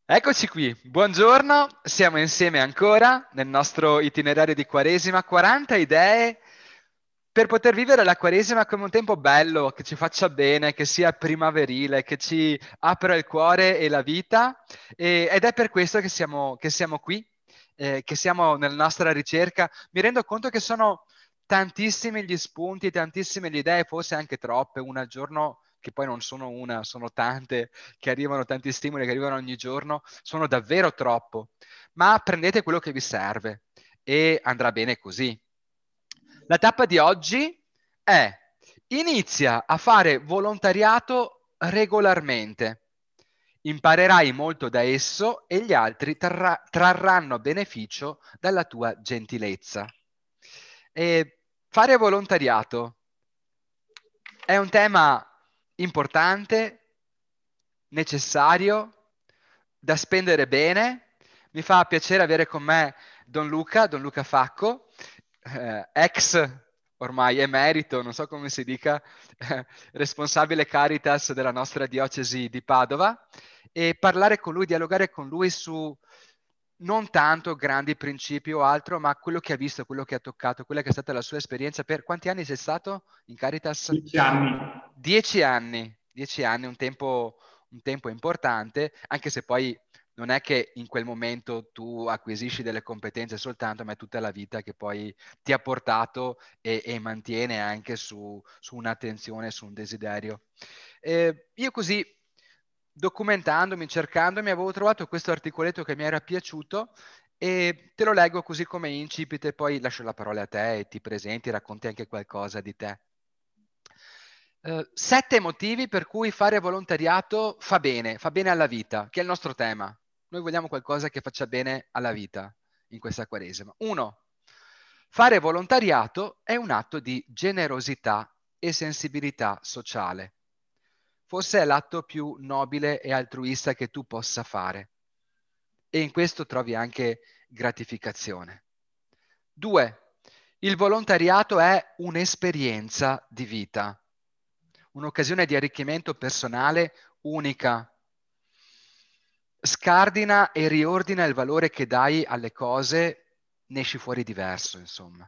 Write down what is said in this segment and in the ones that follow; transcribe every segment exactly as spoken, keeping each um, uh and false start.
Eccoci qui, buongiorno, siamo insieme ancora nel nostro itinerario di Quaresima, quaranta idee per poter vivere la Quaresima come un tempo bello, che ci faccia bene, che sia primaverile, che ci apra il cuore e la vita. E- ed è per questo che siamo, che siamo qui, eh, che siamo nella nostra ricerca. Mi rendo conto che sono tantissimi gli spunti, tantissime le idee, forse anche troppe, una al giorno, che poi non sono una, sono tante, che arrivano, tanti stimoli che arrivano ogni giorno, sono davvero troppo. Ma prendete quello che vi serve e andrà bene così. La tappa di oggi è: inizia a fare volontariato regolarmente. Imparerai molto da esso e gli altri trarrà- trarranno beneficio dalla tua gentilezza. E fare volontariato è un tema importante, necessario, da spendere bene. Mi fa piacere avere con me Don Luca, Don Luca Facco, eh, ex ormai emerito, non so come si dica, eh, responsabile Caritas della nostra diocesi di Padova, e parlare con lui, dialogare con lui su non tanto grandi principi o altro, ma quello che ha visto, quello che ha toccato, quella che è stata la sua esperienza. Per quanti anni sei stato in Caritas? Dieci anni. Dieci anni, dieci anni, un tempo, un tempo importante, anche se poi non è che in quel momento tu acquisisci delle competenze soltanto, ma è tutta la vita che poi ti ha portato e, e mantiene anche su, su un'attenzione, su un desiderio. Eh, io così, documentandomi, cercandomi, avevo trovato questo articoletto che mi era piaciuto e te lo leggo così come incipit e poi lascio la parola a te e ti presenti, racconti anche qualcosa di te. Eh, sette motivi per cui fare volontariato fa bene, fa bene alla vita, che è il nostro tema. Noi vogliamo qualcosa che faccia bene alla vita in questa Quaresima. Uno, fare volontariato è un atto di generosità e sensibilità sociale. Forse è l'atto più nobile e altruista che tu possa fare e in questo trovi anche gratificazione. Due, il volontariato è un'esperienza di vita, un'occasione di arricchimento personale unica. Scardina e riordina il valore che dai alle cose, ne esci fuori diverso, insomma.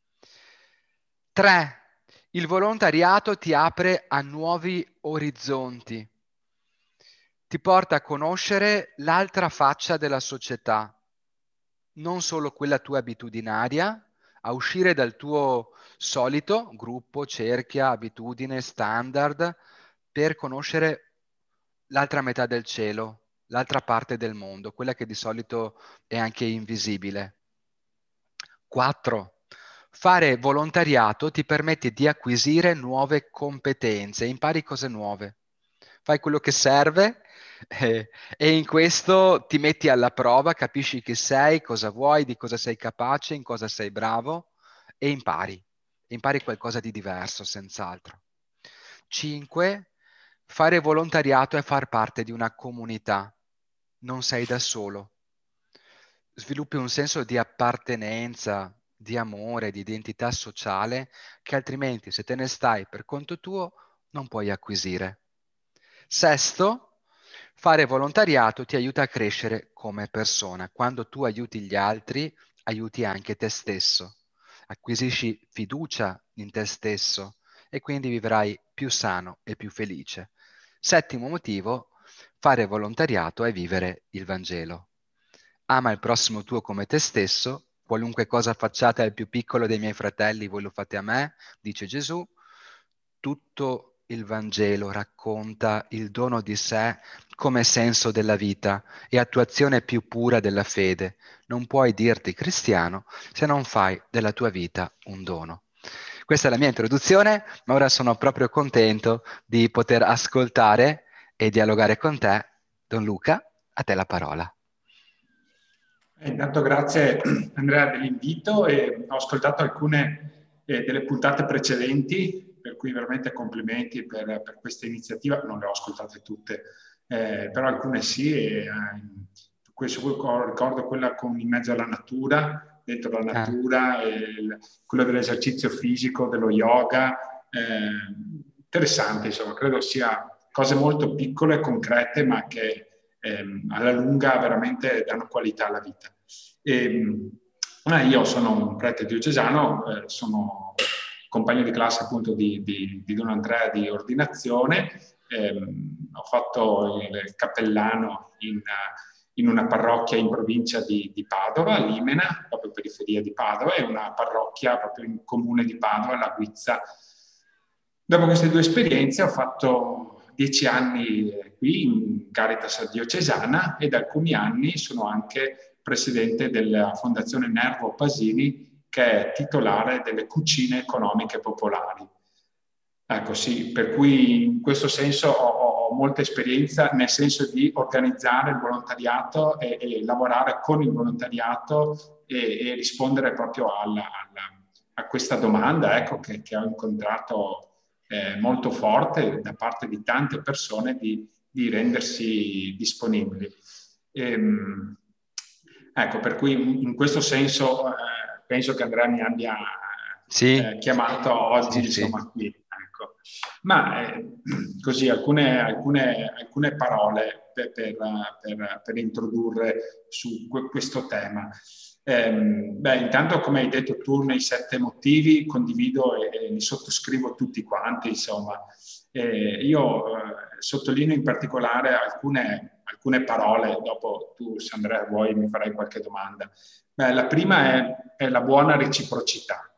Tre, il volontariato ti apre a nuovi orizzonti, ti porta a conoscere l'altra faccia della società, non solo quella tua abitudinaria, a uscire dal tuo solito gruppo, cerchia, abitudine, standard, per conoscere l'altra metà del cielo, l'altra parte del mondo, quella che di solito è anche invisibile. Quattro, fare volontariato ti permette di acquisire nuove competenze, impari cose nuove, fai quello che serve eh, e in questo ti metti alla prova, capisci chi sei, cosa vuoi, di cosa sei capace, in cosa sei bravo e impari. Impari qualcosa di diverso, senz'altro. Cinque, fare volontariato è far parte di una comunità, non sei da solo. Sviluppi un senso di appartenenza, di amore, di identità sociale che altrimenti se te ne stai per conto tuo non puoi acquisire. Sesto, fare volontariato ti aiuta a crescere come persona. Quando tu aiuti gli altri, aiuti anche te stesso. Acquisisci fiducia in te stesso e quindi vivrai più sano e più felice. Settimo motivo, fare volontariato è vivere il Vangelo. Ama il prossimo tuo come te stesso, qualunque cosa facciate al più piccolo dei miei fratelli, voi lo fate a me, dice Gesù. Tutto il Vangelo racconta il dono di sé come senso della vita e attuazione più pura della fede. Non puoi dirti cristiano se non fai della tua vita un dono. Questa è la mia introduzione, ma ora sono proprio contento di poter ascoltare e dialogare con te, Don Luca. A te la parola. Eh, Intanto grazie Andrea dell'invito e ho ascoltato alcune eh, delle puntate precedenti, per cui veramente complimenti per, per questa iniziativa. Non le ho ascoltate tutte, eh, però alcune sì. E, eh, questo, ricordo quella con in mezzo alla natura, dentro la Ah. natura, e il, quello dell'esercizio fisico, dello yoga. Eh, interessante, insomma, credo sia cose molto piccole e concrete, ma che ehm, alla lunga veramente danno qualità alla vita. E, eh, io sono un prete diocesano, eh, sono compagno di classe appunto di, di, di Don Andrea di ordinazione, ehm, ho fatto il cappellano in, in una parrocchia in provincia di, di Padova, Limena, proprio periferia di Padova, e una parrocchia proprio in comune di Padova, la Guizza. Dopo queste due esperienze ho fatto dieci anni qui in Caritas diocesana ed alcuni anni sono anche presidente della Fondazione Nervo Pasini, che è titolare delle cucine economiche popolari. Ecco, sì, per cui in questo senso ho, ho molta esperienza nel senso di organizzare il volontariato e, e lavorare con il volontariato e, e rispondere proprio alla, alla, a questa domanda, ecco, che, che ho incontrato eh, molto forte da parte di tante persone di, di rendersi disponibili. Ehm, ecco, per cui in questo senso eh, penso che Andrea mi abbia Sì, eh, chiamato oggi, sì, sì. insomma, qui. Ecco. Ma eh, così alcune, alcune, alcune parole per, per, per, per introdurre su questo tema. Eh, beh, intanto, come hai detto tu, nei sette motivi condivido e, e li sottoscrivo tutti quanti, insomma. Eh, io eh, sottolineo in particolare alcune, alcune parole, dopo tu, se Andrea vuoi, mi farai qualche domanda. Beh, la prima è, è la buona reciprocità.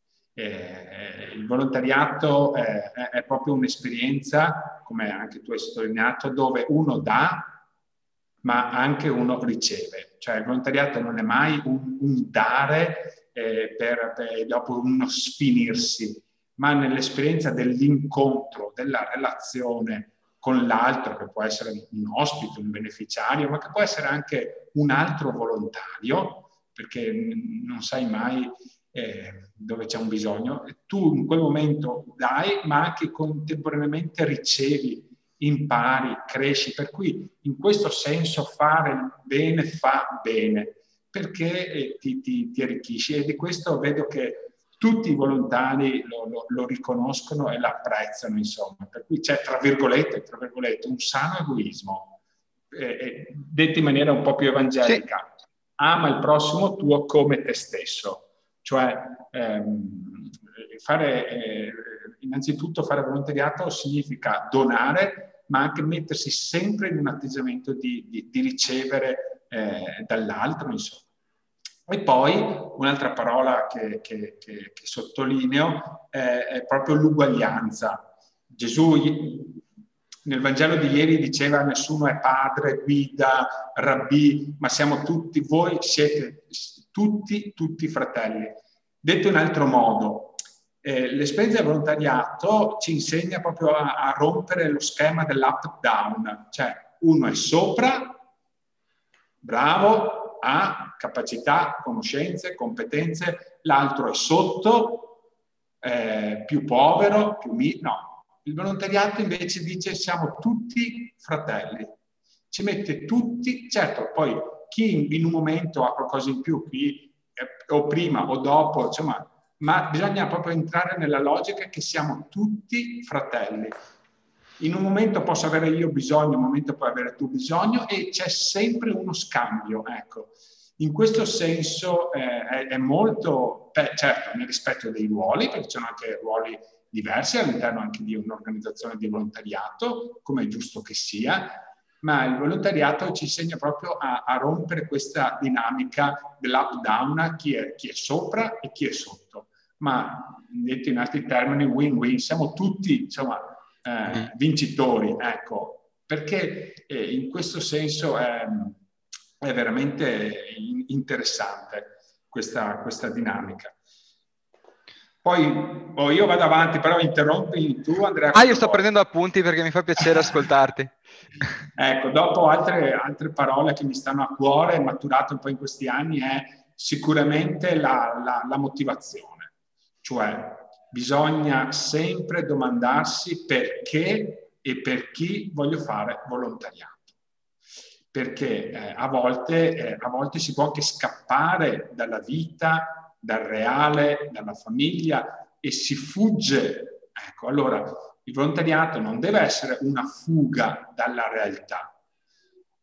Eh, il volontariato è, è proprio un'esperienza, come anche tu hai sottolineato, dove uno dà, ma anche uno riceve. Cioè il volontariato non è mai un, un dare eh, per, per dopo uno sfinirsi, ma nell'esperienza dell'incontro, della relazione con l'altro, che può essere un ospite, un beneficiario, ma che può essere anche un altro volontario, perché non sai mai eh, dove c'è un bisogno. Tu in quel momento dai, ma anche contemporaneamente ricevi, impari, cresci. Per cui in questo senso fare bene fa bene, perché eh, ti, ti, ti arricchisci. E di questo vedo che tutti i volontari lo, lo, lo riconoscono e l'apprezzano, insomma. Per cui c'è, tra virgolette, tra virgolette, un sano egoismo, eh, detto in maniera un po' più evangelica. Sì. Ama il prossimo tuo come te stesso. Cioè, ehm, fare, eh, innanzitutto fare volontariato significa donare, ma anche mettersi sempre in un atteggiamento di, di, di ricevere eh, dall'altro, insomma. E poi un'altra parola che, che, che, che sottolineo è, è proprio l'uguaglianza. Gesù nel Vangelo di ieri diceva: nessuno è padre, guida, rabbì, ma siamo tutti, voi siete tutti, tutti fratelli. Detto in altro modo, eh, l'esperienza del volontariato ci insegna proprio a, a rompere lo schema dell'up-down, cioè uno è sopra, bravo, ha capacità, conoscenze, competenze, l'altro è sotto, eh, più povero, più mi... no. Il volontariato invece dice siamo tutti fratelli, ci mette tutti, certo, poi chi in un momento ha qualcosa in più, chi eh, o prima o dopo, insomma, ma bisogna proprio entrare nella logica che siamo tutti fratelli. In un momento posso avere io bisogno, in un momento puoi avere tu bisogno e c'è sempre uno scambio, ecco. In questo senso eh, è, è molto, beh, certo, nel rispetto dei ruoli, perché ci sono anche ruoli diversi all'interno anche di un'organizzazione di volontariato, come è giusto che sia, ma il volontariato ci insegna proprio a, a rompere questa dinamica dell'up-down, chi è, chi è sopra e chi è sotto. Ma detto in altri termini, win-win, siamo tutti, insomma, eh, vincitori, ecco, perché eh, in questo senso è, è veramente interessante questa, questa dinamica. Poi oh, io vado avanti, però interrompi tu, Andrea. Ah, io sto vuoi. prendendo appunti perché mi fa piacere ascoltarti. Ecco, dopo altre, altre parole che mi stanno a cuore, maturate un po' in questi anni, è sicuramente la, la, la motivazione. Cioè, bisogna sempre domandarsi perché e per chi voglio fare volontariato. Perché eh, a, volte, eh, a volte si può anche scappare dalla vita, dal reale, dalla famiglia e si fugge. Ecco, allora il volontariato non deve essere una fuga dalla realtà,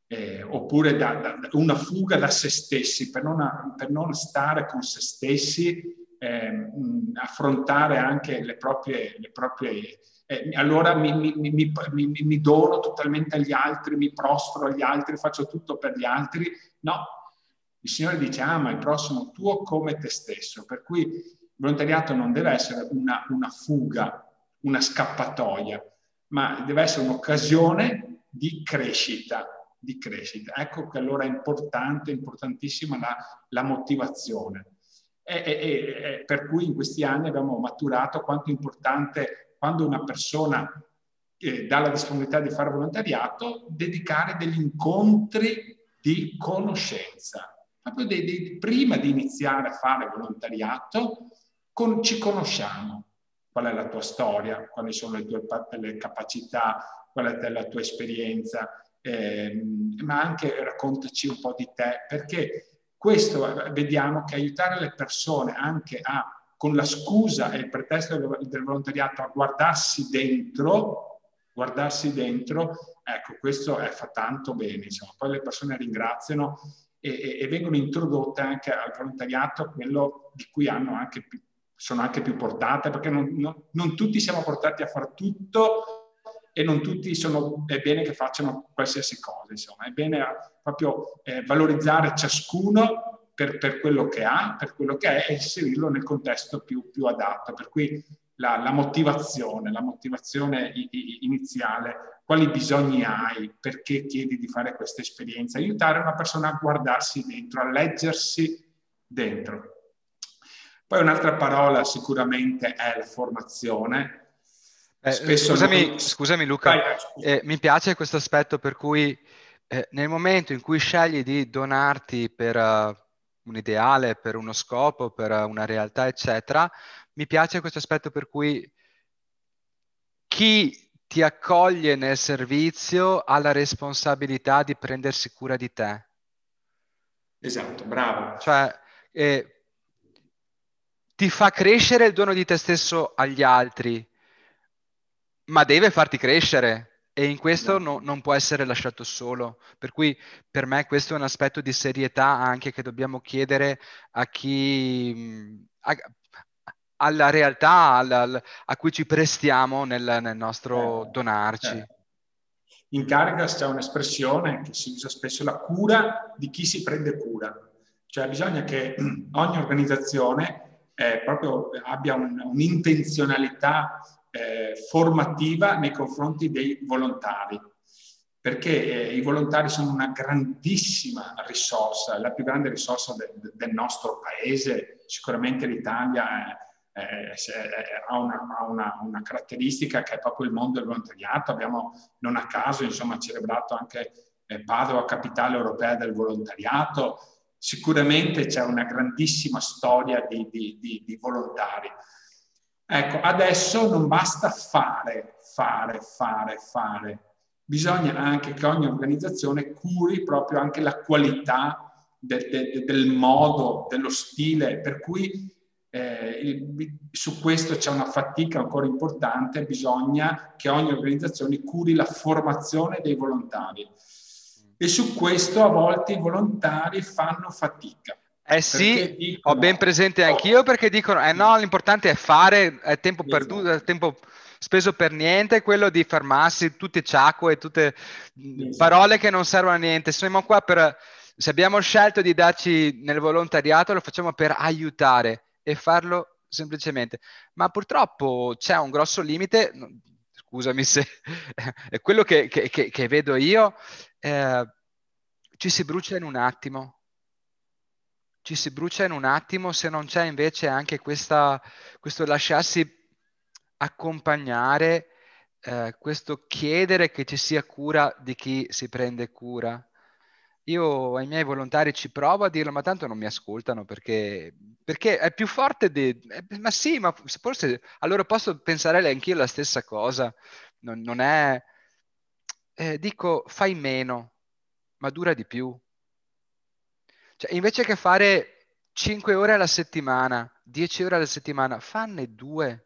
eh, oppure da, da, da una fuga da se stessi, per non, per non stare con se stessi, eh, mh, affrontare anche le proprie... Le proprie eh, allora mi, mi, mi, mi, mi dono totalmente agli altri, mi prostro agli altri, faccio tutto per gli altri. No, il Signore dice ama il prossimo tuo come te stesso, per cui il volontariato non deve essere una, una fuga, una scappatoia, ma deve essere un'occasione di crescita, di crescita. Ecco che allora è importante, importantissima la, la motivazione. E, e, e per cui in questi anni abbiamo maturato quanto è importante, quando una persona eh, dà la disponibilità di fare volontariato, dedicare degli incontri di conoscenza. Proprio dei, dei, prima di iniziare a fare volontariato, con, ci conosciamo. Qual è la tua storia, quali sono le tue le capacità, qual è la tua esperienza, eh, ma anche raccontaci un po' di te, perché questo vediamo che aiutare le persone anche a, con la scusa e il pretesto del, del volontariato, a guardarsi dentro, guardarsi dentro, ecco, questo è, fa tanto bene, insomma. Poi le persone ringraziano e, e, e vengono introdotte anche al volontariato quello di cui hanno anche più, sono anche più portate, perché non, non, non tutti siamo portati a fare tutto e non tutti sono, è bene che facciano qualsiasi cosa, insomma, è bene proprio eh, valorizzare ciascuno per, per quello che ha, per quello che è, e inserirlo nel contesto più, più adatto. Per cui la, la motivazione, la motivazione iniziale, quali bisogni hai, perché chiedi di fare questa esperienza, aiutare una persona a guardarsi dentro, a leggersi dentro. Poi un'altra parola sicuramente è la formazione. Eh, scusami, noi... scusami Luca, Vai, scusa. eh, mi piace questo aspetto per cui eh, nel momento in cui scegli di donarti per uh, un ideale, per uno scopo, per uh, una realtà, eccetera, mi piace questo aspetto per cui chi ti accoglie nel servizio ha la responsabilità di prendersi cura di te. Esatto, bravo. Cioè, eh, ti fa crescere il dono di te stesso agli altri, ma deve farti crescere e in questo Esatto. no, non può essere lasciato solo. Per cui per me questo è un aspetto di serietà anche che dobbiamo chiedere a chi, a, alla realtà alla, a cui ci prestiamo nel, nel nostro Eh, donarci. eh. In Caritas c'è un'espressione che si usa spesso, la cura di chi si prende cura. Cioè bisogna che ogni organizzazione eh, proprio abbia un, un'intenzionalità eh, formativa nei confronti dei volontari, perché eh, i volontari sono una grandissima risorsa, la più grande risorsa de, de, del nostro paese. Sicuramente l'Italia è, Eh, ha, una, ha una, una caratteristica che è proprio il mondo del volontariato. Abbiamo non a caso insomma celebrato anche eh, Padova capitale europea del volontariato. Sicuramente c'è una grandissima storia di, di, di, di volontari. Ecco, adesso non basta fare, fare, fare, fare. Bisogna anche che ogni organizzazione curi proprio anche la qualità de, de, del modo, dello stile, per cui Eh, su questo c'è una fatica ancora importante. Bisogna che ogni organizzazione curi la formazione dei volontari e su questo a volte i volontari fanno fatica. Eh sì, dicono, ho ben presente anch'io perché dicono eh no, l'importante è fare, è tempo perduto, è tempo speso per niente, quello di fermarsi, tutte ciacque, tutte parole che non servono a niente. Siamo qua per, se abbiamo scelto di darci nel volontariato, lo facciamo per aiutare e farlo semplicemente. Ma purtroppo c'è un grosso limite, scusami se è quello che, che, che, che vedo io, eh, ci si brucia in un attimo. Ci si brucia in un attimo se non c'è invece anche questa, questo lasciarsi accompagnare, eh, questo chiedere che ci sia cura di chi si prende cura. Io ai miei volontari ci provo a dirlo, ma tanto non mi ascoltano perché, perché è più forte di... eh, ma sì, ma forse allora posso pensare anch'io la stessa cosa. Non, non è... eh, dico, fai meno, ma dura di più. Cioè, invece che fare cinque ore alla settimana, dieci ore alla settimana, fanne due.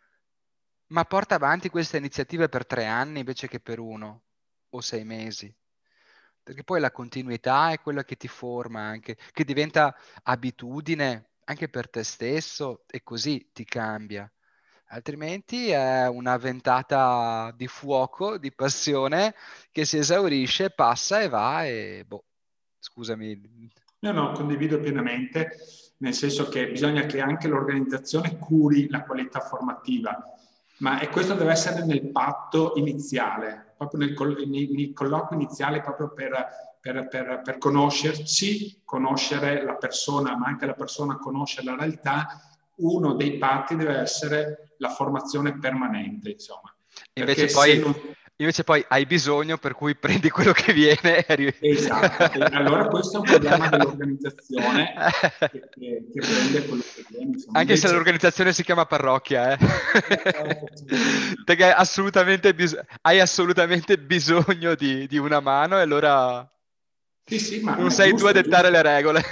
Ma porta avanti queste iniziative per tre anni invece che per uno o sei mesi. perché poi la continuità è quello che ti forma anche, che diventa abitudine anche per te stesso e così ti cambia. Altrimenti è una ventata di fuoco, di passione che si esaurisce, passa e va e boh, scusami. No, no, condivido pienamente, nel senso che bisogna che anche l'organizzazione curi la qualità formativa, ma e questo deve essere nel patto iniziale, proprio nel, nei, nei colloqui iniziali, proprio per, per, per, per conoscerci, conoscere la persona, ma anche la persona conosce la realtà. Uno dei patti deve essere la formazione permanente, insomma, perché Invece se poi, non... invece poi hai bisogno, per cui prendi quello che viene e arrivi. Esatto, e allora questo è un problema dell'organizzazione che, che, che prende quello che viene, insomma, Anche se invece... l'organizzazione si chiama parrocchia, eh. Esatto, Perché hai assolutamente, bis- hai assolutamente bisogno di, di una mano e allora sì, sì, ma, non ma è sei tu a giusto, è dettare le giusto. regole.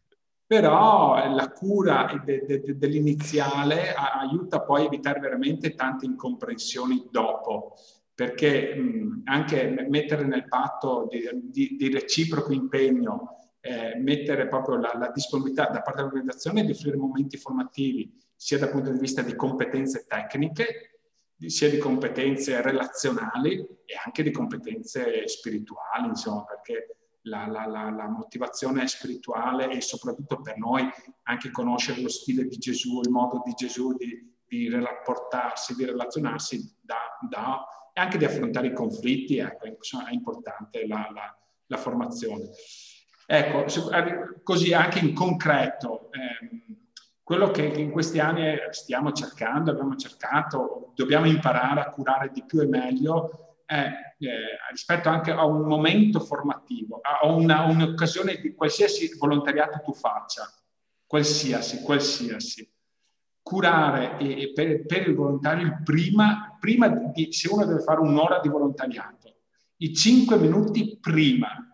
Però la cura de, de, de, dell'iniziale a, aiuta poi a evitare veramente tante incomprensioni dopo, perché mh, anche mettere nel patto di, di, di reciproco impegno, eh, mettere proprio la, la disponibilità da parte dell'organizzazione di offrire momenti formativi, sia dal punto di vista di competenze tecniche, sia di competenze relazionali e anche di competenze spirituali, insomma, perché la, la, la, la motivazione spirituale e soprattutto per noi anche conoscere lo stile di Gesù, il modo di Gesù di, di rapportarsi, di relazionarsi da, da, e anche di affrontare i conflitti, ecco, è importante la, la, la formazione. Ecco, così anche in concreto, ehm, quello che, che in questi anni stiamo cercando, abbiamo cercato, dobbiamo imparare a curare di più e meglio, è eh, rispetto anche a un momento formativo, a una, un'occasione di qualsiasi volontariato tu faccia, qualsiasi, qualsiasi. Curare e, e per, per il volontario il prima, prima di, se uno deve fare un'ora di volontariato, i cinque minuti prima,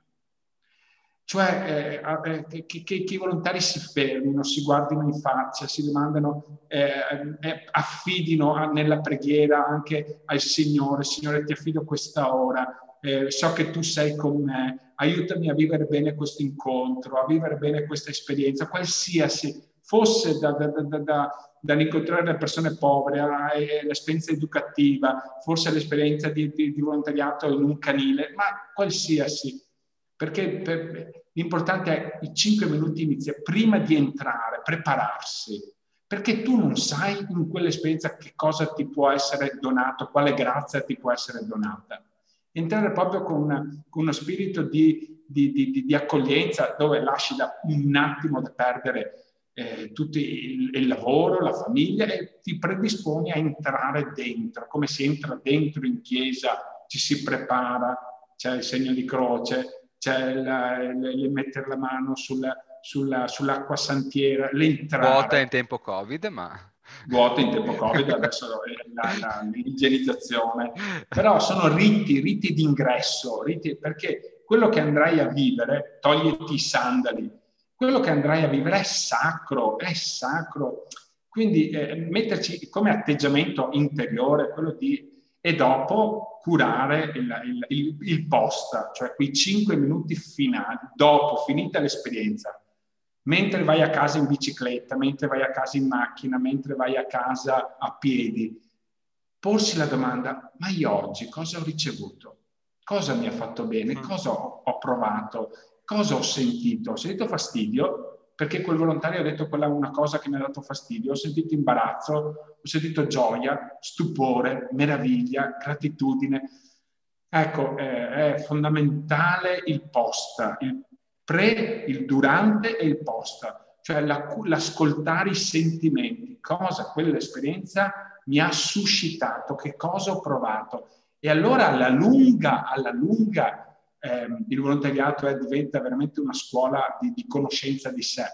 cioè eh, eh, che, che, che i volontari si fermino, si guardino in faccia, si domandano, eh, eh, affidino a, nella preghiera anche al Signore: Signore, ti affido questa ora, eh, so che tu sei con me, aiutami a vivere bene questo incontro, a vivere bene questa esperienza, qualsiasi fosse da, da, da, da, dall'incontrare le persone povere all'esperienza educativa, forse l'esperienza di, di, di volontariato in un canile, ma qualsiasi. Perché per, l'importante è i cinque minuti iniziali, prima di entrare, prepararsi, perché tu non sai in quell'esperienza che cosa ti può essere donato, quale grazia ti può essere donata. Entrare proprio con, una, con uno spirito di, di, di, di accoglienza, dove lasci da, un attimo da perdere eh, tutto il, il lavoro, la famiglia, e ti predisponi a entrare dentro, come si entra dentro in chiesa, ci si prepara, c'è il segno di croce, c'è la, le, le mettere la mano sulla, sulla, sull'acqua santiera, Vuota in l'entrare. tempo Covid, ma... Vuoto in tempo Covid, adesso è la, la, l'igienizzazione. Però sono riti, riti d'ingresso, riti, perché quello che andrai a vivere, togliti i sandali, quello che andrai a vivere è sacro, è sacro. Quindi eh, metterci come atteggiamento interiore quello di... e dopo curare il, il, il, il post, cioè quei cinque minuti finali, dopo, finita l'esperienza, mentre vai a casa in bicicletta, mentre vai a casa in macchina, mentre vai a casa a piedi, porsi la domanda: ma io oggi cosa ho ricevuto? Cosa mi ha fatto bene? Cosa ho, ho provato? Cosa ho sentito? Ho sentito fastidio perché quel volontario ha detto quella una cosa che mi ha dato fastidio, ho sentito imbarazzo, ho sentito gioia, stupore, meraviglia, gratitudine. Ecco, eh, è fondamentale il post, il pre, il durante e il post, cioè la, l'ascoltare i sentimenti, cosa quell'esperienza mi ha suscitato, che cosa ho provato. E allora alla lunga, alla lunga ehm, il volontariato è, diventa veramente una scuola di, di conoscenza di sé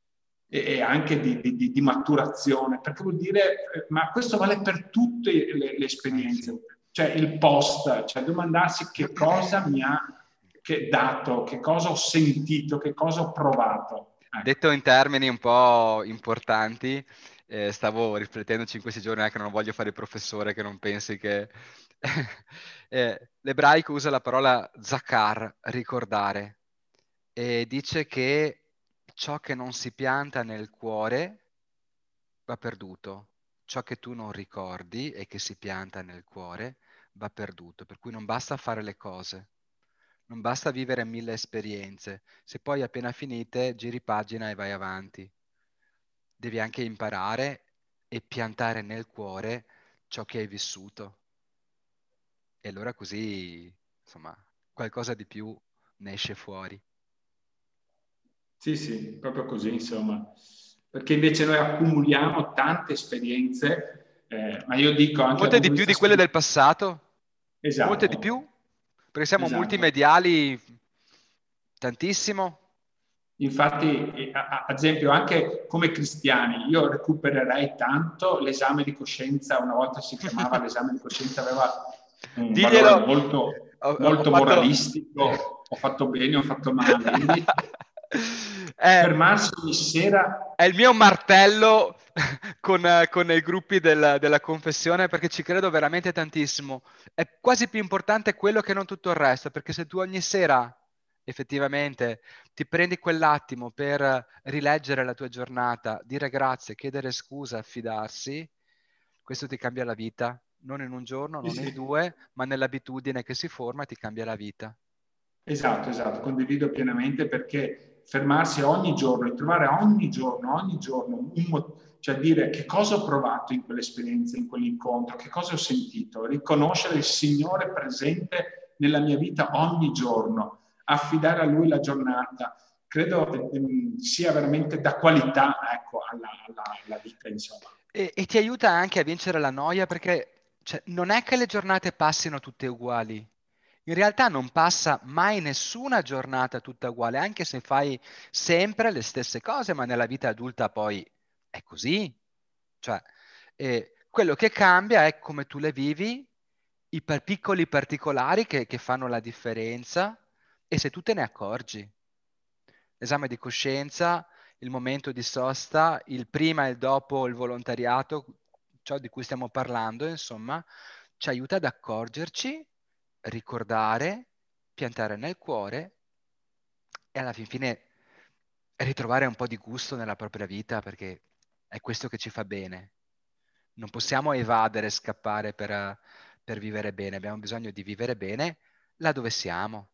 e, e anche di, di, di maturazione, perché vuol dire, eh, ma questo vale per tutte le, le esperienze. Eh sì. Cioè il post, cioè domandarsi che cosa mi ha che dato, che cosa ho sentito, che cosa ho provato. Ecco. Detto in termini un po' importanti, eh, stavo riflettendoci in questi giorni, anche non voglio fare il professore che non pensi che eh, l'ebraico usa la parola zakar, ricordare, e dice che ciò che non si pianta nel cuore va perduto. Ciò che tu non ricordi e che si pianta nel cuore va perduto. Per cui non basta fare le cose, non basta vivere mille esperienze. Se poi appena finite giri pagina e vai avanti. Devi anche imparare e piantare nel cuore ciò che hai vissuto. E allora così, insomma, qualcosa di più ne esce fuori. Sì, sì, proprio così, insomma. Perché invece noi accumuliamo tante esperienze, eh, ma io dico anche dal Molte punto di di più vista di quelle del spirituale. passato? Molte di più? Esatto, Perché siamo esatto. multimediali tantissimo? Infatti, eh, a- a- ad esempio, anche come cristiani, io recupererei tanto l'esame di coscienza, una volta si chiamava l'esame di coscienza, aveva un valore Diglielo. molto, Ho, ho molto fatto... moralistico, ho fatto bene, ho fatto male. Invece, È, fermarsi ogni sera. è il mio martello con, eh, con i gruppi del- della confessione perché ci credo veramente tantissimo. È quasi più importante quello che non tutto il resto, perché se tu ogni sera effettivamente ti prendi quell'attimo per rileggere la tua giornata, dire grazie, chiedere scusa, affidarsi, questo ti cambia la vita. Non in un giorno, Sì, non in sì. due, ma nell'abitudine che si forma ti cambia la vita. Esatto, esatto, condivido pienamente perché fermarsi ogni giorno e trovare ogni giorno, ogni giorno, un mo- cioè dire che cosa ho provato in quell'esperienza, in quell'incontro, che cosa ho sentito, riconoscere il Signore presente nella mia vita ogni giorno, affidare a Lui la giornata, credo eh, sia veramente da qualità, ecco, alla, alla, alla vita, insomma. E, e ti aiuta anche a vincere la noia perché cioè, non è che le giornate passino tutte uguali. In realtà non passa mai nessuna giornata tutta uguale, anche se fai sempre le stesse cose, ma nella vita adulta poi è così. Cioè, eh, quello che cambia è come tu le vivi, i per- piccoli particolari che, che fanno la differenza e se tu te ne accorgi. L'esame di coscienza, il momento di sosta, il prima e il dopo il volontariato, ciò di cui stiamo parlando, insomma, ci aiuta ad accorgerci, ricordare, piantare nel cuore e alla fin fine ritrovare un po' di gusto nella propria vita perché è questo che ci fa bene. Non possiamo evadere, scappare per, per vivere bene, abbiamo bisogno di vivere bene là dove siamo.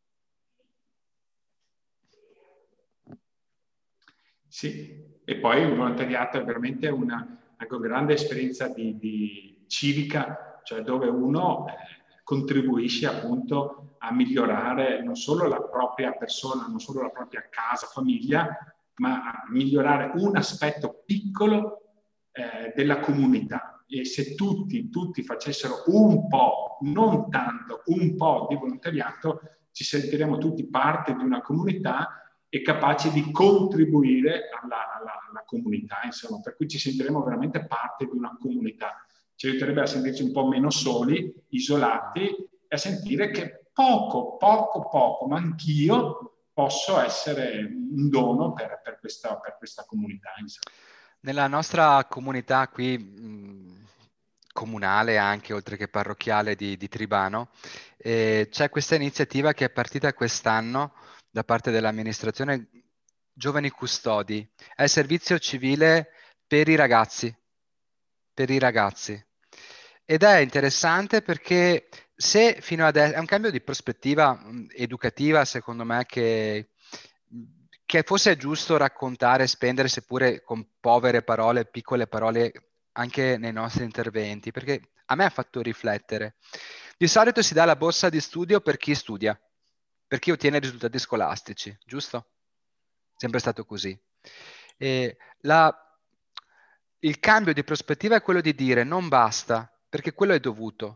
Sì, e poi il volontariato è veramente una, ecco, grande esperienza di, di civica, cioè dove uno eh, contribuisce appunto a migliorare non solo la propria persona, non solo la propria casa, famiglia, ma a migliorare un aspetto piccolo eh, della comunità. E se tutti, tutti facessero un po', non tanto, un po' di volontariato, ci sentiremo tutti parte di una comunità e capaci di contribuire alla, alla, alla comunità, insomma, per cui ci sentiremo veramente parte di una comunità. Ci aiuterebbe a sentirci un po' meno soli, isolati, e a sentire che poco, poco, poco, ma anch'io posso essere un dono per, per, questa, per questa comunità, insomma. Nella nostra comunità qui, mh, comunale anche, oltre che parrocchiale di, di Tribano, eh, c'è questa iniziativa che è partita quest'anno da parte dell'amministrazione Giovani Custodi. È il servizio civile per i ragazzi, per i ragazzi. Ed è interessante perché se fino adesso è un cambio di prospettiva mh, educativa, secondo me, che, che forse è giusto raccontare, spendere, seppure con povere parole, piccole parole, anche nei nostri interventi, perché a me ha fatto riflettere. Di solito si dà la borsa di studio per chi studia, per chi ottiene risultati scolastici, giusto? Sempre stato così. E la- il cambio di prospettiva è quello di dire non basta, perché quello è dovuto,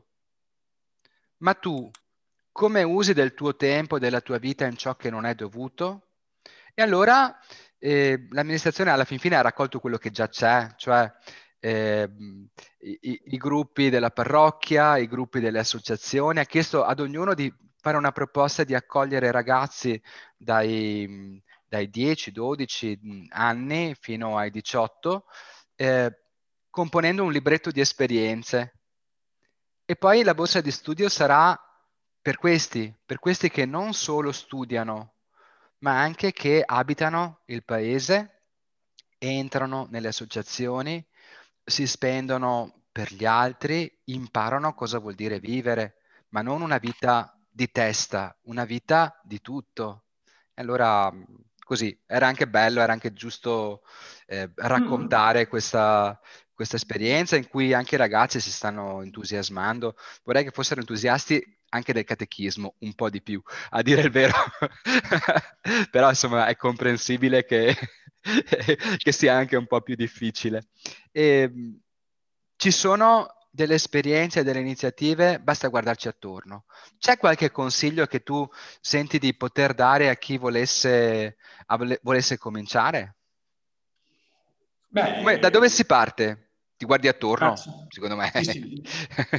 ma tu come usi del tuo tempo, della tua vita in ciò che non è dovuto? E allora eh, l'amministrazione alla fin fine ha raccolto quello che già c'è, cioè eh, i, i- i gruppi della parrocchia, i gruppi delle associazioni, ha chiesto ad ognuno di fare una proposta di accogliere ragazzi dai, dai dieci dodici anni fino ai diciotto, eh, componendo un libretto di esperienze E poi la borsa di studio sarà per questi, per questi che non solo studiano, ma anche che abitano il paese, entrano nelle associazioni, si spendono per gli altri, imparano cosa vuol dire vivere, ma non una vita di testa, una vita di tutto. E allora, mh, così, era anche bello, era anche giusto eh, Mm. raccontare questa, questa esperienza in cui anche i ragazzi si stanno entusiasmando. Vorrei che fossero entusiasti anche del catechismo, un po' di più, a dire il vero. Però insomma è comprensibile che, che sia anche un po' più difficile. E, mh, ci sono delle esperienze, delle iniziative, basta guardarci attorno. C'è qualche consiglio che tu senti di poter dare a chi volesse, a vole- volesse cominciare? Come- da dove Beh, si parte? Ti guardi beh, attorno, sì, secondo me. sì, sì.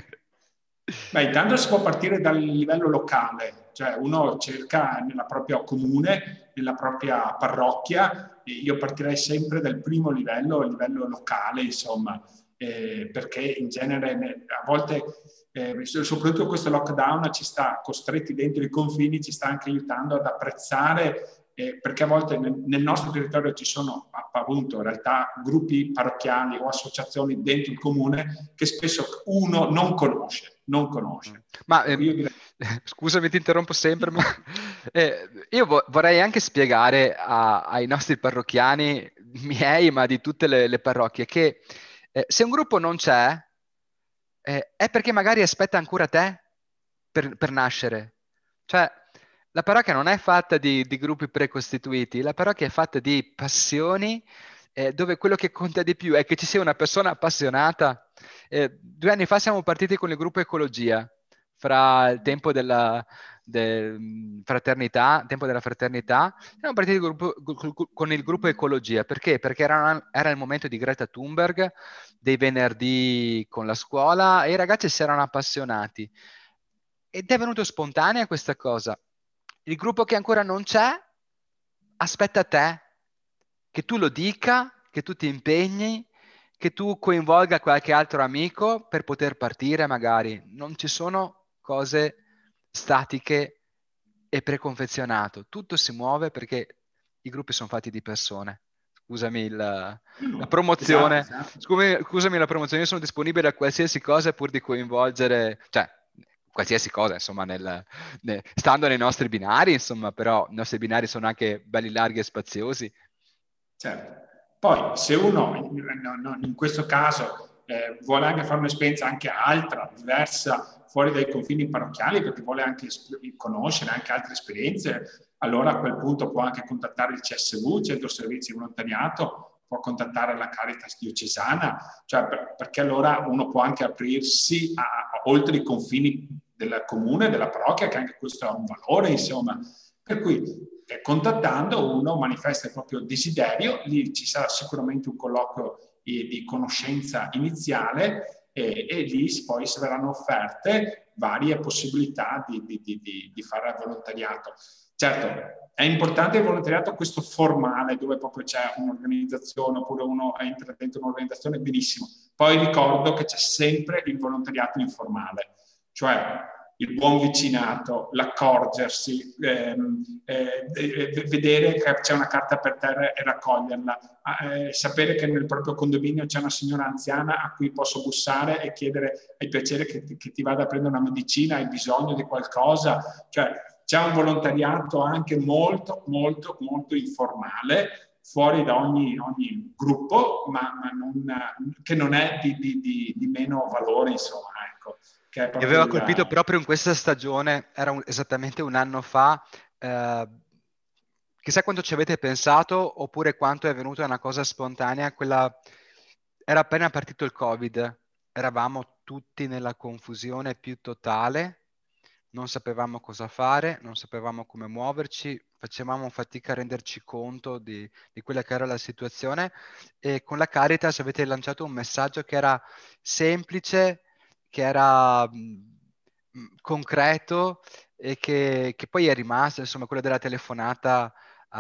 Beh, intanto si può partire dal livello locale, cioè uno cerca nella propria comune, nella propria parrocchia, e io partirei sempre dal primo livello, il livello locale, insomma, eh, perché in genere ne- a volte, eh, soprattutto questo lockdown ci sta costretti dentro i confini, ci sta anche aiutando ad apprezzare, eh, perché a volte nel, nel nostro territorio ci sono appunto in realtà gruppi parrocchiali o associazioni dentro il comune che spesso uno non conosce, non Mm. conosce. Ma Per cui io ehm, direi... scusami, ti interrompo sempre, ma eh, io vo- vorrei anche spiegare a- ai nostri parrocchiani, miei, ma di tutte le, le parrocchie, che eh, se un gruppo non c'è, eh, è perché magari aspetta ancora te per, per nascere. Cioè, la parrocchia non è fatta di, di gruppi precostituiti, la parrocchia è fatta di passioni, eh, dove quello che conta di più è che ci sia una persona appassionata. Eh, due anni fa siamo partiti con il gruppo Ecologia, fra il tempo della de- fraternità, tempo della fraternità, siamo partiti col gruppo- con il gruppo Ecologia. Perché? Perché era, era il momento di Greta Thunberg, dei venerdì con la scuola, e i ragazzi si erano appassionati. Ed è venuto spontanea questa cosa. Il gruppo che ancora non c'è, aspetta te, che tu lo dica, che tu ti impegni, che tu coinvolga qualche altro amico per poter partire magari. Non ci sono cose statiche e preconfezionato. Tutto si muove perché i gruppi sono fatti di persone. Scusami il- la Esatto, promozione. esatto. Scusami, scusami la promozione, io sono disponibile a qualsiasi cosa pur di coinvolgere, cioè qualsiasi cosa, insomma, nel, ne- stando nei nostri binari, insomma, però i nostri binari sono anche belli larghi e spaziosi. Certo. Poi, se uno no, no, in questo caso eh, vuole anche fare un'esperienza anche altra, diversa, fuori dai confini parrocchiali, perché vuole anche esp- conoscere anche altre esperienze, allora a quel punto può anche contattare il C S V, Centro Servizi di Volontariato, può contattare la Caritas diocesana, cioè per- perché allora uno può anche aprirsi a, a- oltre i confini del comune, della parrocchia, che anche questo ha un valore, insomma. Per cui eh, contattando uno manifesta il proprio desiderio, lì ci sarà sicuramente un colloquio eh, di conoscenza iniziale e, e lì poi si verranno offerte varie possibilità di, di, di, di fare volontariato. Certo, è importante il volontariato questo formale, dove proprio c'è un'organizzazione oppure uno entra dentro un'organizzazione, benissimo. Poi ricordo che c'è sempre il volontariato informale, cioè il buon vicinato, l'accorgersi, ehm, eh, eh, vedere che c'è una carta per terra e raccoglierla, eh, sapere che nel proprio condominio c'è una signora anziana a cui posso bussare e chiedere hai piacere che, che ti vada a prendere una medicina, hai bisogno di qualcosa, cioè c'è un volontariato anche molto, molto, molto informale, fuori da ogni, ogni gruppo, ma, ma non, che non è di, di, di, di meno valore, insomma, ecco, che è Mi proprio aveva il... colpito proprio in questa stagione, era un- esattamente un anno fa, eh, chissà quanto ci avete pensato oppure quanto è venuta una cosa spontanea, quella... era appena partito il Covid, eravamo tutti nella confusione più totale, non sapevamo cosa fare, non sapevamo come muoverci, facevamo fatica a renderci conto di, di quella che era la situazione, e con la Caritas avete lanciato un messaggio che era semplice, che era mh, mh, concreto, e che, che poi è rimasto, insomma, quello della telefonata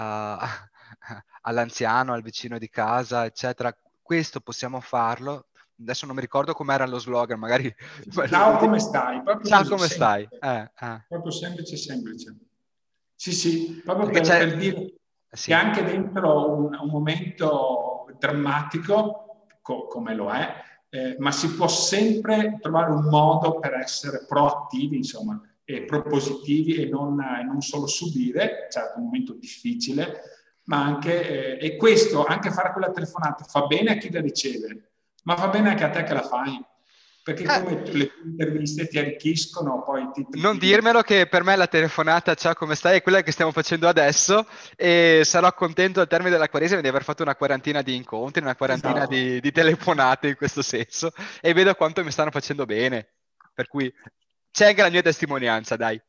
a- all'anziano, al vicino di casa, eccetera. Questo possiamo farlo, adesso non mi ricordo com'era lo slogan, magari... Ciao, come stai? Proprio Ciao, così, come stai? semplice. Eh, eh. Proprio semplice, semplice. Sì, sì, proprio Perché per, c'è... per dire che Sì. anche dentro un, un momento drammatico, co- come lo è, eh, ma si può sempre trovare un modo per essere proattivi, insomma, e propositivi e non, e non solo subire, certo, un momento difficile, ma anche, eh, e questo, anche fare quella telefonata, fa bene a chi la riceve, ma fa bene anche a te che la fai, perché Eh, come tu- le tue interviste ti arricchiscono, poi ti, ti, non ti- dirmelo che per me la telefonata ciao come stai è quella che stiamo facendo adesso e sarò contento al termine della Quaresima di aver fatto una quarantina di incontri, una quarantina Esatto. di, di telefonate in questo senso e vedo quanto mi stanno facendo bene. Per cui c'è anche la mia testimonianza, dai.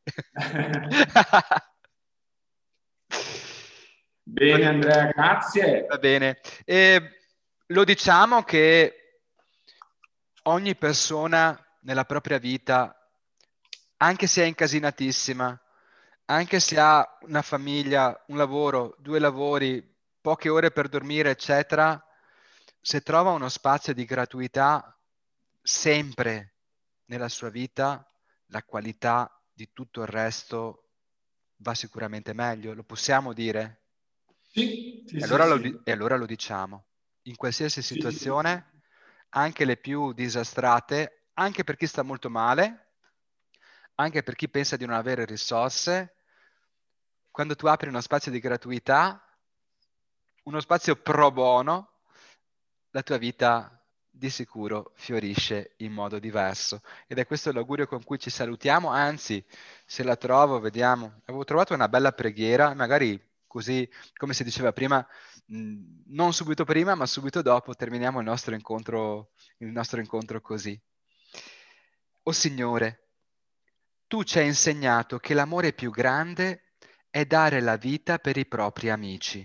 Va Bene Andrea, grazie. va bene. E lo diciamo che ogni persona nella propria vita, anche se è incasinatissima, anche se ha una famiglia, un lavoro, due lavori, poche ore per dormire, eccetera, se trova uno spazio di gratuità sempre nella sua vita, la qualità di tutto il resto va sicuramente meglio. Lo possiamo dire? Sì, sì, E sì, allora lo, di- sì. e allora lo diciamo. In qualsiasi Sì, sì. situazione, anche le più disastrate, anche per chi sta molto male, anche per chi pensa di non avere risorse, quando tu apri uno spazio di gratuità, uno spazio pro bono, la tua vita di sicuro fiorisce in modo diverso. Ed è questo l'augurio con cui ci salutiamo, anzi, se la trovo, vediamo. Avevo trovato una bella preghiera, magari così, come si diceva prima, mh, non subito prima, ma subito dopo terminiamo il nostro incontro, il nostro incontro così. O Signore, tu ci hai insegnato che l'amore più grande è dare la vita per i propri amici.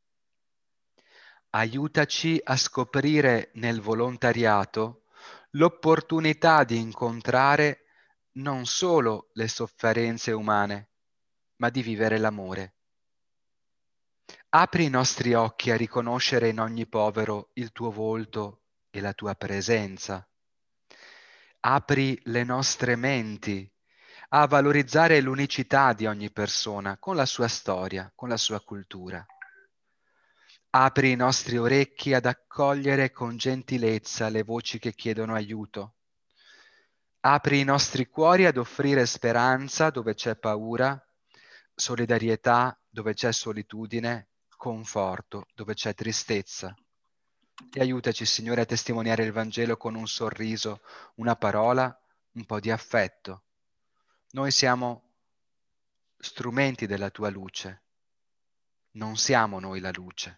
Aiutaci a scoprire nel volontariato l'opportunità di incontrare non solo le sofferenze umane, ma di vivere l'amore. Apri i nostri occhi a riconoscere in ogni povero il tuo volto e la tua presenza. Apri le nostre menti a valorizzare l'unicità di ogni persona con la sua storia, con la sua cultura. Apri i nostri orecchi ad accogliere con gentilezza le voci che chiedono aiuto. Apri i nostri cuori ad offrire speranza dove c'è paura, solidarietà dove c'è solitudine, conforto dove c'è tristezza. E aiutaci, Signore, a testimoniare il Vangelo con un sorriso, una parola, un po' di affetto. Noi siamo strumenti della tua luce, non siamo noi la luce.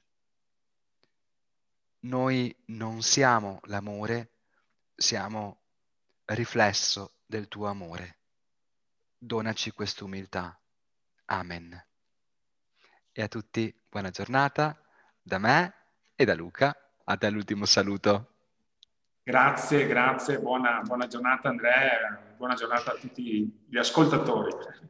Noi non siamo l'amore, siamo riflesso del tuo amore. Donaci quest'umiltà. Amen. E a tutti buona giornata da me e da Luca. A te l'ultimo saluto. Grazie, grazie, buona, buona giornata Andrea, buona giornata a tutti gli ascoltatori.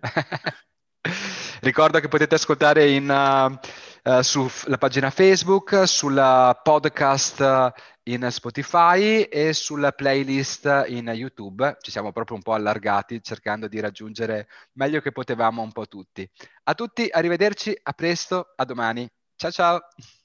Ricordo che potete ascoltare in, uh, uh, sulla pagina Facebook, sulla podcast uh, in Spotify e sulla playlist in YouTube. Ci siamo proprio un po' allargati cercando di raggiungere meglio che potevamo un po' tutti. A tutti, arrivederci, a presto, a domani. Ciao ciao!